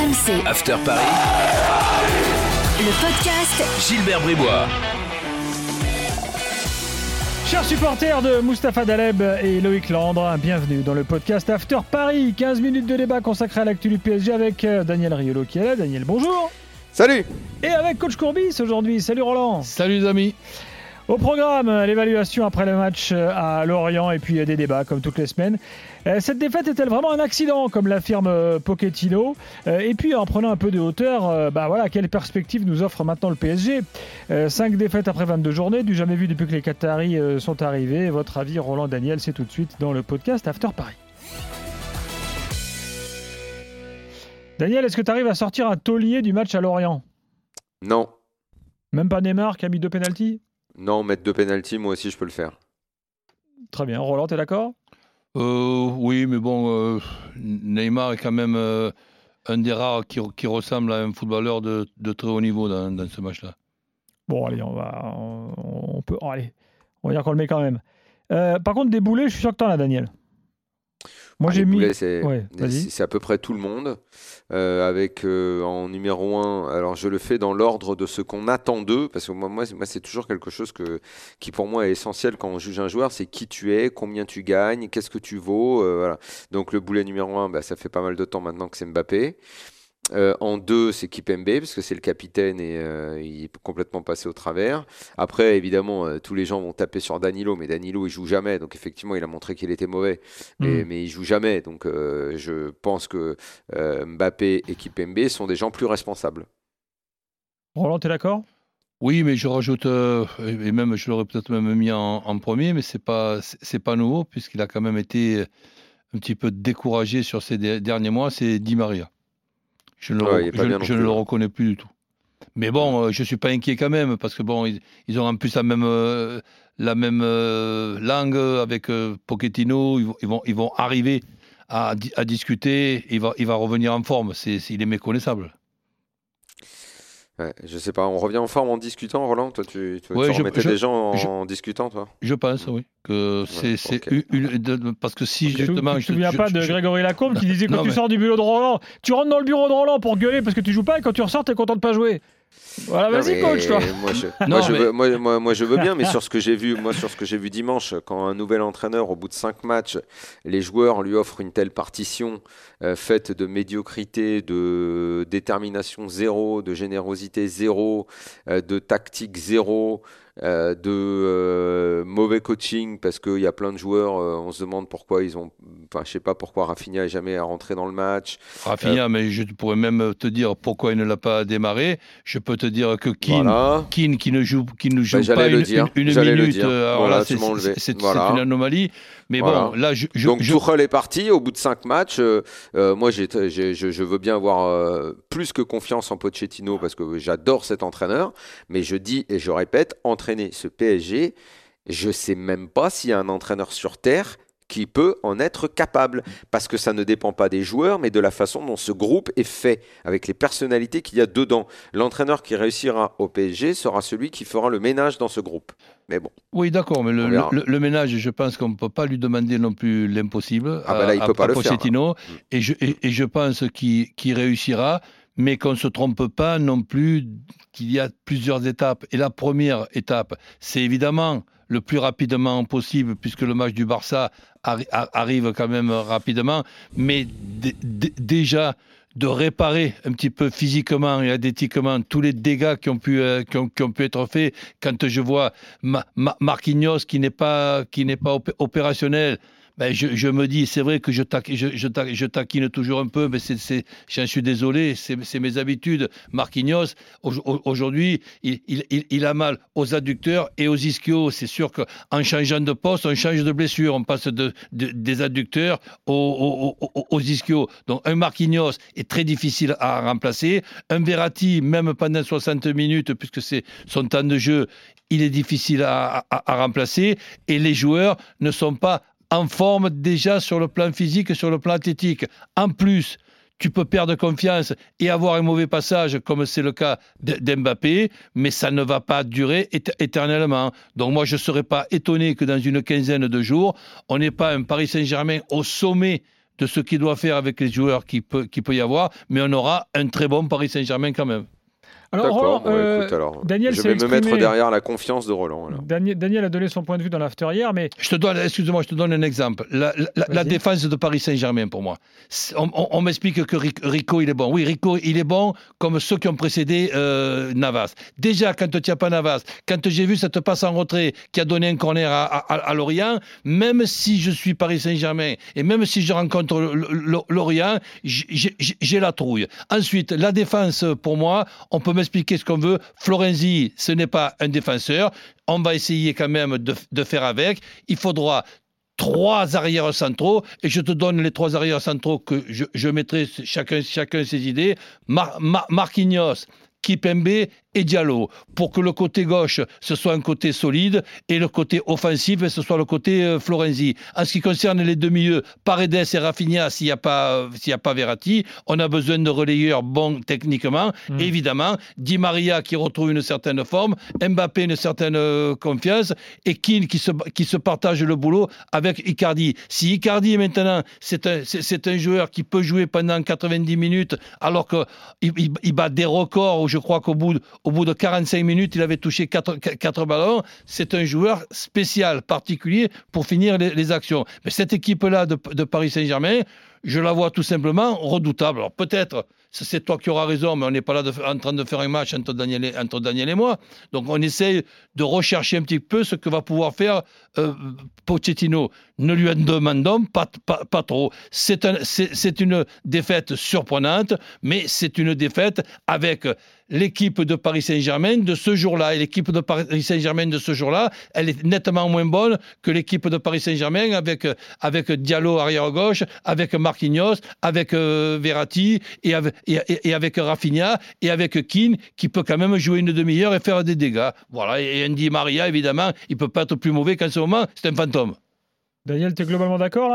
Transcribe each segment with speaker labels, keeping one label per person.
Speaker 1: RMC.
Speaker 2: After Paris.
Speaker 1: Le podcast
Speaker 2: Gilbert Bribois.
Speaker 3: Chers supporters de Mustapha Daleb et Loïc Landre, bienvenue dans le podcast After Paris. 15 minutes de débat consacré à l'actu du PSG avec Daniel Riolo qui est là. Daniel, bonjour.
Speaker 4: Salut.
Speaker 3: Et avec Coach Courbis aujourd'hui. Salut Roland.
Speaker 5: Salut les amis.
Speaker 3: Au programme, l'évaluation après le match à Lorient et puis des débats comme toutes les semaines. Cette défaite est-elle vraiment un accident comme l'affirme Pochettino ? Et puis en prenant un peu de hauteur, quelle perspective nous offre maintenant le PSG ? 5 défaites après 22 journées, du jamais vu depuis que les Qataris sont arrivés. Votre avis, Roland, Daniel, c'est tout de suite dans le podcast After Paris. Daniel, est-ce que tu arrives à sortir un taulier du match à Lorient ?
Speaker 4: Non.
Speaker 3: Même pas Neymar qui a mis 2 pénaltys ?
Speaker 4: Non, mettre 2 pénaltys, moi aussi je peux le faire.
Speaker 3: Très bien. Roland, t'es d'accord ?
Speaker 5: Oui, mais bon, Neymar est quand même un des rares qui ressemble à un footballeur de très haut niveau dans ce match-là.
Speaker 3: Bon, allez, on va dire qu'on le met quand même. Par contre, des boulets, je suis sûr que t'en as, Daniel. Moi, j'ai mis.
Speaker 4: Boulets, c'est à peu près tout le monde. Avec en numéro 1, alors je le fais dans l'ordre de ce qu'on attend d'eux, parce que moi c'est toujours quelque chose qui pour moi est essentiel quand on juge un joueur, c'est qui tu es, combien tu gagnes, qu'est-ce que tu vaux. Voilà. Donc le boulet numéro 1, ça fait pas mal de temps maintenant que c'est Mbappé. En 2, c'est Kimpembe, parce que c'est le capitaine et il est complètement passé au travers. Après, évidemment, tous les gens vont taper sur Danilo, mais Danilo, il joue jamais. Donc, effectivement, il a montré qu'il était mauvais, mais il joue jamais. Donc, je pense que Mbappé et Kimpembe sont des gens plus responsables.
Speaker 3: Roland, t'es d'accord ?
Speaker 5: Oui, mais je rajoute, et même je l'aurais peut-être même mis en premier, mais c'est pas nouveau, puisqu'il a quand même été un petit peu découragé sur ces derniers mois, c'est Di Maria. Je ne le reconnais plus du tout. Mais bon, je ne suis pas inquiet quand même, parce que bon, ils ont en plus la même langue avec Pochettino. Ils vont arriver à discuter. Il va revenir en forme. Il est méconnaissable.
Speaker 4: Ouais, je sais pas, on revient en forme en discutant, Roland. Toi, tu remettais des gens en discutant, toi ?
Speaker 5: Je pense, oui. Que parce que si justement.
Speaker 3: Tu ne te souviens pas de Grégory Lacombe qui disait quand tu sors du bureau de Roland, tu rentres dans le bureau de Roland pour gueuler parce que tu joues pas et quand tu ressors, tu es content de pas jouer. Voilà, vas-y, coach, toi.
Speaker 4: Moi, je veux bien, mais sur ce que j'ai vu dimanche, quand un nouvel entraîneur, au bout de 5 matchs, les joueurs lui offrent une telle partition faite de médiocrité, de détermination zéro, de générosité zéro, de tactique zéro, de mauvais coaching, parce qu'il y a plein de joueurs, on se demande pourquoi je sais pas pourquoi Rafinha n'est jamais rentré dans le match.
Speaker 5: Rafinha, mais je pourrais même te dire pourquoi il ne l'a pas démarré. Je peux te dire que Keane qui ne joue pas une minute, alors là, c'est une anomalie. Mais bon, là, donc
Speaker 4: Tuchel est parti au bout de 5 matchs. Moi, je veux bien avoir plus que confiance en Pochettino parce que j'adore cet entraîneur. Mais je dis et je répète, entraîner ce PSG, je ne sais même pas s'il y a un entraîneur sur Terre qui peut en être capable, parce que ça ne dépend pas des joueurs, mais de la façon dont ce groupe est fait, avec les personnalités qu'il y a dedans. L'entraîneur qui réussira au PSG sera celui qui fera le ménage dans ce groupe. Mais bon.
Speaker 5: Oui, d'accord, mais le ménage, je pense qu'on ne peut pas lui demander non plus l'impossible
Speaker 4: il peut pas le
Speaker 5: Pochettino,
Speaker 4: faire.
Speaker 5: Et je pense qu'il réussira, mais qu'on ne se trompe pas non plus qu'il y a plusieurs étapes. Et la première étape, c'est évidemment le plus rapidement possible, puisque le match du Barça arrive quand même rapidement, mais déjà de réparer un petit peu physiquement et athlétiquement tous les dégâts qui ont pu être faits. Quand je vois Marquinhos qui n'est pas opérationnel, je me dis, c'est vrai que je taquine toujours un peu, mais j'en suis désolé, c'est mes habitudes. Marquinhos, aujourd'hui, il a mal aux adducteurs et aux ischios. C'est sûr qu'en changeant de poste, on change de blessure. On passe des adducteurs aux ischios. Donc, un Marquinhos est très difficile à remplacer. Un Verratti, même pendant 60 minutes, puisque c'est son temps de jeu, il est difficile à remplacer. Et les joueurs ne sont pas en forme déjà sur le plan physique et sur le plan athlétique. En plus, tu peux perdre confiance et avoir un mauvais passage, comme c'est le cas d'Mbappé, mais ça ne va pas durer éternellement. Donc moi, je ne serais pas étonné que dans une quinzaine de jours, on n'ait pas un Paris Saint-Germain au sommet de ce qu'il doit faire avec les joueurs qu'il peut y avoir, mais on aura un très bon Paris Saint-Germain quand même.
Speaker 3: Alors,
Speaker 4: D'accord,
Speaker 3: Roland,
Speaker 4: écoute, alors,
Speaker 3: Daniel
Speaker 4: je
Speaker 3: s'est
Speaker 4: vais me mettre
Speaker 3: exprimé.
Speaker 4: derrière la confiance de Roland. Alors.
Speaker 3: Daniel a donné son point de vue dans l'after hier, mais
Speaker 5: Je te donne un exemple. La défense de Paris Saint-Germain, pour moi. On m'explique que Rico, il est bon. Oui, Rico, il est bon comme ceux qui ont précédé Navas. Déjà, quand tu n'as pas Navas, quand j'ai vu cette passe en retrait qui a donné un corner à Lorient, même si je suis Paris Saint-Germain et même si je rencontre Lorient, j'ai la trouille. Ensuite, la défense, pour moi, on peut m'expliquer ce qu'on veut. Florenzi, ce n'est pas un défenseur. On va essayer quand même de faire avec. Il faudra 3 arrières centraux, et je te donne les 3 arrières centraux que je mettrai chacun ses idées. Marquinhos, Kimpembe et Diallo, pour que le côté gauche, ce soit un côté solide, et le côté offensif, ce soit le côté Florenzi. En ce qui concerne les deux milieux, Paredes et Rafinha, s'il n'y a pas Verratti, on a besoin de relayeurs bons techniquement. Évidemment, Di Maria qui retrouve une certaine forme, Mbappé une certaine confiance, et Keane qui se partage le boulot avec Icardi. Si Icardi, maintenant, c'est un joueur qui peut jouer pendant 90 minutes, alors qu'il bat des records, où je crois qu'au bout de 45 minutes, il avait touché 4 ballons. C'est un joueur spécial, particulier, pour finir les actions. Mais cette équipe-là de Paris Saint-Germain, je la vois tout simplement redoutable. Alors peut-être, c'est toi qui auras raison, mais on n'est pas là en train de faire un match entre Daniel et moi. Donc on essaye de rechercher un petit peu ce que va pouvoir faire Pochettino. Ne lui en demandons pas trop. C'est une défaite surprenante, mais c'est une défaite avec l'équipe de Paris Saint-Germain de ce jour-là. Et l'équipe de Paris Saint-Germain de ce jour-là, elle est nettement moins bonne que l'équipe de Paris Saint-Germain avec Diallo arrière-gauche, avec Marquinhos, avec Verratti et avec Rafinha et avec Keane qui peut quand même jouer une demi-heure et faire des dégâts. Voilà. Et Di Maria, évidemment, il ne peut pas être plus mauvais qu'en ce moment, c'est un fantôme.
Speaker 3: Daniel, tu es globalement d'accord là ?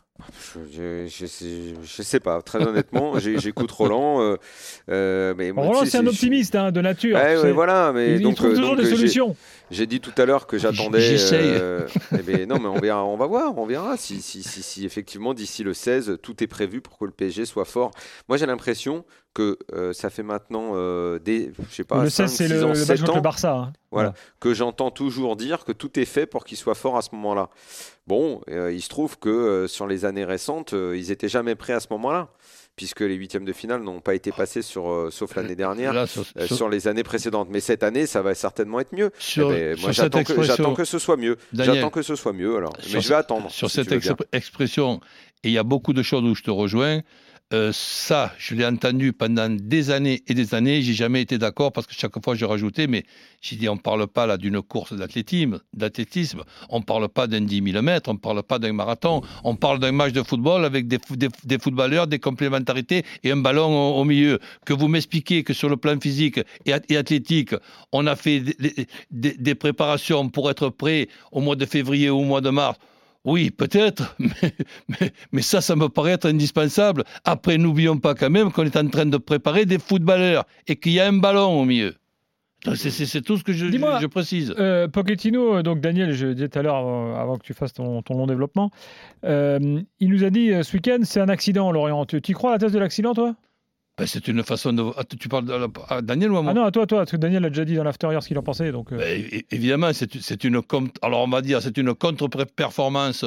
Speaker 4: Je sais pas, très honnêtement, j'écoute Roland. Mais moi,
Speaker 3: Roland, c'est un optimiste de nature.
Speaker 4: Ouais, voilà, mais
Speaker 3: il trouve toujours des solutions.
Speaker 4: J'ai dit tout à l'heure que j'attendais.
Speaker 5: J'essaye.
Speaker 4: Non, mais on verra si effectivement d'ici le 16 tout est prévu pour que le PSG soit fort. Moi, j'ai l'impression que ça fait maintenant je sais pas,
Speaker 3: le
Speaker 4: 5,
Speaker 3: 16, c'est
Speaker 4: 6 ans,
Speaker 3: le
Speaker 4: 7
Speaker 3: match contre
Speaker 4: ans.
Speaker 3: le Barça. Hein.
Speaker 4: Voilà, que j'entends toujours dire que tout est fait pour qu'il soit fort à ce moment-là. Bon, il se trouve que sur les années récentes, ils n'étaient jamais prêts à ce moment-là, puisque les huitièmes de finale n'ont pas été passés sauf l'année dernière, sur les années précédentes. Mais cette année, ça va certainement être mieux. Moi, j'attends que ce soit mieux.
Speaker 5: Daniel,
Speaker 4: j'attends que ce soit mieux, alors. Mais je vais attendre.
Speaker 5: Sur
Speaker 4: si
Speaker 5: cette expression, et il y a beaucoup de choses où je te rejoins. Ça, je l'ai entendu pendant des années et des années. J'ai jamais été d'accord parce que chaque fois je rajoutais, mais j'ai dit on parle pas là d'une course d'athlétisme, on parle pas d'un 10 000 mètres, on parle pas d'un marathon, on parle d'un match de football avec des footballeurs, des complémentarités et un ballon au milieu. Que vous m'expliquez que sur le plan physique et athlétique, on a fait des préparations pour être prêt au mois de février ou au mois de mars. Oui, peut-être, mais ça me paraît être indispensable. Après, n'oublions pas quand même qu'on est en train de préparer des footballeurs et qu'il y a un ballon au milieu. C'est tout ce que je précise.
Speaker 3: Pochettino, donc Daniel, je disais tout à l'heure, avant que tu fasses ton long développement, il nous a dit ce week-end, c'est un accident, Lorient. Tu crois à la thèse de l'accident, toi ?
Speaker 5: C'est une façon de... Tu parles à Daniel ou à moi ?
Speaker 3: Ah non, à toi, parce que Daniel a déjà dit dans l'after hier ce qu'il en pensait. Donc,
Speaker 5: évidemment, c'est une... Alors, on va dire, c'est une contre-performance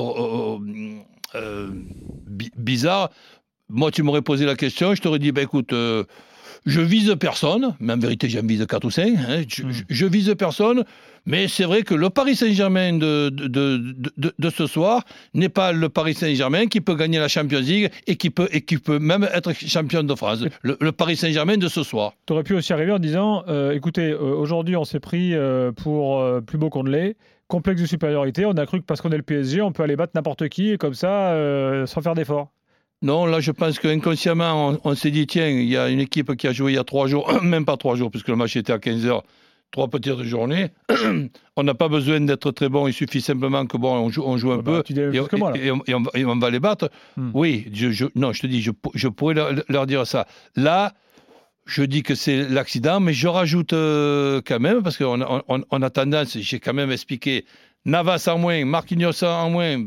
Speaker 5: bizarre. Moi, tu m'aurais posé la question, je t'aurais dit, écoute, je vise personne, mais en vérité, j'en vise 4 ou 5. Hein, je vise personne, mais c'est vrai que le Paris Saint-Germain de ce soir n'est pas le Paris Saint-Germain qui peut gagner la Champions League et qui peut même être champion de France. Le Paris Saint-Germain de ce soir.
Speaker 3: Tu aurais pu aussi arriver en disant, écoutez, aujourd'hui, on s'est pris pour plus beau qu'on ne l'est. Complexe de supériorité, on a cru que parce qu'on est le PSG, on peut aller battre n'importe qui, et comme ça, sans faire d'efforts.
Speaker 5: Non, là, je pense qu'inconsciemment, on s'est dit, tiens, il y a une équipe qui a joué il y a 3 jours, même pas 3 jours, puisque le match était à 15h, 3 petites journées. On n'a pas besoin d'être très bon, il suffit simplement que on joue un peu, et on va les battre. Oui, non, je te dis, je pourrais leur dire ça. Là, je dis que c'est l'accident, mais je rajoute quand même, parce qu'on a tendance, j'ai quand même expliqué Navas en moins, Marquinhos en moins,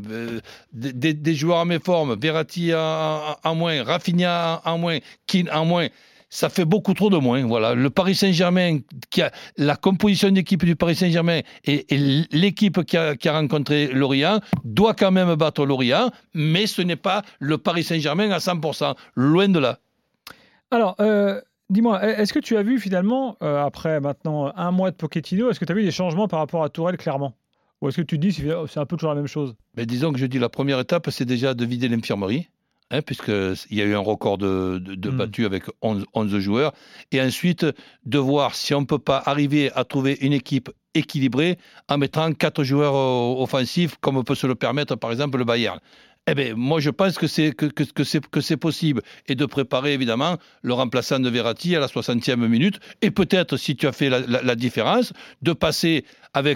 Speaker 5: des joueurs en méforme, Verratti en moins, Rafinha en moins, Keane en moins. Ça fait beaucoup trop de moins. Voilà. Le Paris Saint-Germain, la composition d'équipe du Paris Saint-Germain et l'équipe qui a rencontré Lorient doit quand même battre Lorient, mais ce n'est pas le Paris Saint-Germain à 100%, loin de là.
Speaker 3: Alors, dis-moi, est-ce que tu as vu finalement, après maintenant un mois de Pochettino, est-ce que tu as vu des changements par rapport à Tourelle, clairement ? Ou est-ce que tu te dis que c'est un peu toujours la même chose ?
Speaker 5: Mais disons que je dis la première étape, c'est déjà de vider l'infirmerie. Puisqu'il y a eu un record de battus avec 11 joueurs. Et ensuite, de voir si on ne peut pas arriver à trouver une équipe équilibrée en mettant 4 joueurs offensifs, comme peut se le permettre, par exemple, le Bayern. Eh bien, moi, je pense que c'est possible. Et de préparer, évidemment, le remplaçant de Verratti à la 60e minute. Et peut-être, si tu as fait la différence, de passer avec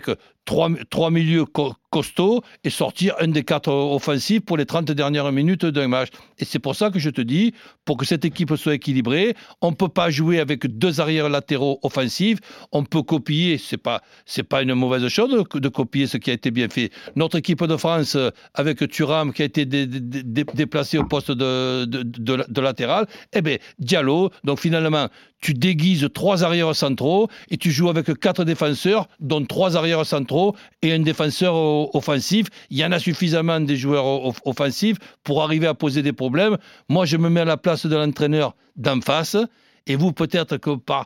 Speaker 5: 3 milieux costauds et sortir un des 4 offensifs pour les 30 dernières minutes d'un match. Et c'est pour ça que je te dis, pour que cette équipe soit équilibrée, on ne peut pas jouer avec 2 arrières latéraux offensifs. On peut copier, c'est pas une mauvaise chose de copier ce qui a été bien fait. Notre équipe de France, avec Thuram qui a été déplacé au poste de latéral, eh bien, Diallo, donc finalement, tu déguises 3 arrières centraux et tu joues avec 4 défenseurs, dont 3 arrières centraux et un défenseur offensif. Il y en a suffisamment des joueurs offensifs pour arriver à poser des problèmes. Moi, je me mets à la place de l'entraîneur d'en face, et vous, peut-être que par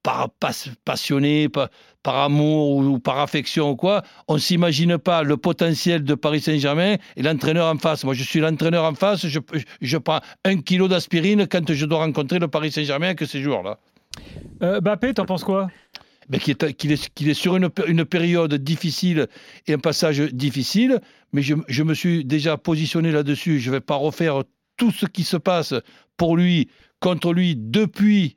Speaker 5: passionné, par amour ou par affection ou quoi, on ne s'imagine pas le potentiel de Paris Saint-Germain et l'entraîneur en face. Moi, je suis l'entraîneur en face, je prends 1 kilo d'aspirine quand je dois rencontrer le Paris Saint-Germain avec ces joueurs-là.
Speaker 3: Mbappé, t'en penses quoi ?
Speaker 5: Qu'il est sur une période difficile et un passage difficile, mais je me suis déjà positionné là-dessus. Je ne vais pas refaire tout ce qui se passe pour lui, contre lui, depuis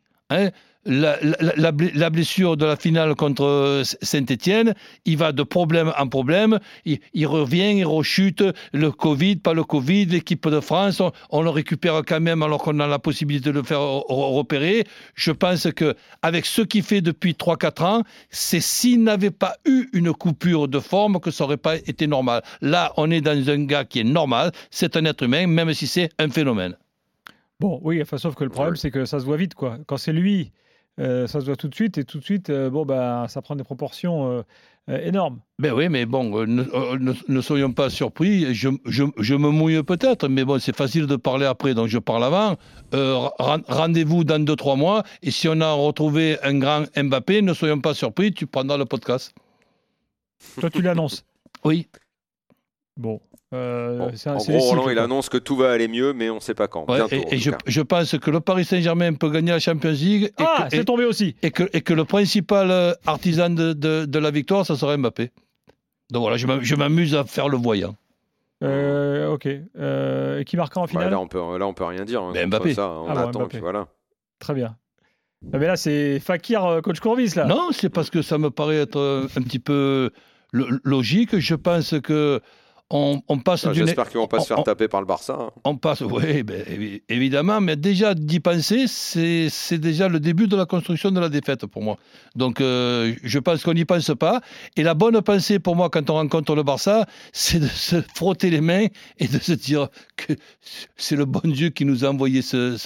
Speaker 5: la blessure de la finale contre Saint-Étienne. Il va de problème en problème, il revient, il rechute, le Covid, pas le Covid, l'équipe de France, on le récupère quand même alors qu'on a la possibilité de le faire repérer. Je pense qu'avec ce qu'il fait depuis 3-4 ans, c'est s'il n'avait pas eu une coupure de forme que ça n'aurait pas été normal. Là, on est dans un gars qui est normal, c'est un être humain, même si c'est un phénomène.
Speaker 3: Bon, oui, enfin, sauf que le problème, c'est que ça se voit vite, quoi. Quand c'est lui, ça se voit tout de suite, et tout de suite, ça prend des proportions énormes.
Speaker 5: Ben oui, mais bon, ne soyons pas surpris. Je me mouille peut-être, mais bon, c'est facile de parler après, donc je parle avant. Rendez-vous dans 2-3 mois, et si on a retrouvé un grand Mbappé, ne soyons pas surpris, tu prendras le podcast.
Speaker 3: Toi, tu l'annonces ?
Speaker 5: Oui.
Speaker 3: Bon.
Speaker 4: En gros, Roland, il annonce que tout va aller mieux, mais on ne sait pas quand.
Speaker 5: Ouais,
Speaker 4: bientôt,
Speaker 5: et je pense que le Paris Saint-Germain peut gagner la Champions League.
Speaker 3: C'est tombé aussi.
Speaker 5: Et que le principal artisan de la victoire, ça serait Mbappé. Donc voilà, je m'amuse à faire le voyant.
Speaker 3: Ok. Et qui marquera en finale ?
Speaker 4: Là, on peut rien dire.
Speaker 5: Mbappé.
Speaker 4: Ça, on attend,
Speaker 3: Mbappé.
Speaker 4: puis voilà.
Speaker 3: Très bien. Mais là, c'est Fakir, coach Courbis, là.
Speaker 5: Non, c'est parce que ça me paraît être un petit peu logique. Je pense que on passe
Speaker 4: j'espère qu'ils ne vont pas se faire taper par le Barça.
Speaker 5: On passe, oui, évidemment, mais déjà d'y penser, c'est déjà le début de la construction de la défaite pour moi. Donc je pense qu'on n'y pense pas. Et la bonne pensée pour moi quand on rencontre le Barça, c'est de se frotter les mains et de se dire que c'est le bon Dieu qui nous a envoyé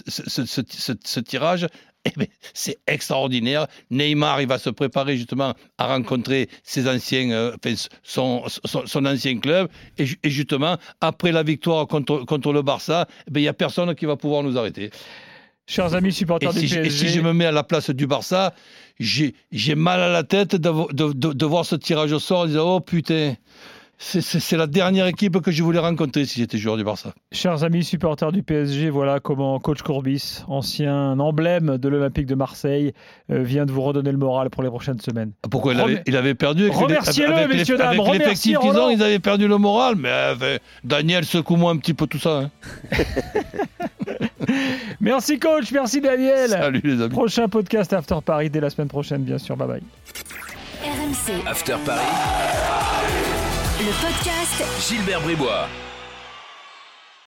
Speaker 5: ce tirage. Eh bien, c'est extraordinaire. Neymar, il va se préparer justement à rencontrer ses anciens, son ancien club. Et justement, après la victoire contre le Barça, il n'y a personne qui va pouvoir nous arrêter.
Speaker 3: Chers amis supporters du PSG.
Speaker 5: Et si je me mets à la place du Barça, j'ai mal à la tête de voir ce tirage au sort en disant « Oh putain !» C'est la dernière équipe que je voulais rencontrer si j'étais joueur du Barça.
Speaker 3: Chers amis supporters du PSG, voilà comment coach Courbis, ancien emblème de l'Olympique de Marseille, vient de vous redonner le moral pour les prochaines semaines.
Speaker 5: Pourquoi il avait perdu
Speaker 3: remerciez-le, messieurs, dames.
Speaker 5: Avec l'effectif qu'ils ont, ils avaient perdu le moral. Mais Daniel, secoue-moi un petit peu tout ça.
Speaker 3: Merci coach, merci Daniel.
Speaker 5: Salut les amis.
Speaker 3: Prochain podcast After Paris dès la semaine prochaine, bien sûr. Bye bye.
Speaker 1: RMC
Speaker 2: After Paris.
Speaker 1: Le podcast
Speaker 2: Gilbert Bribois.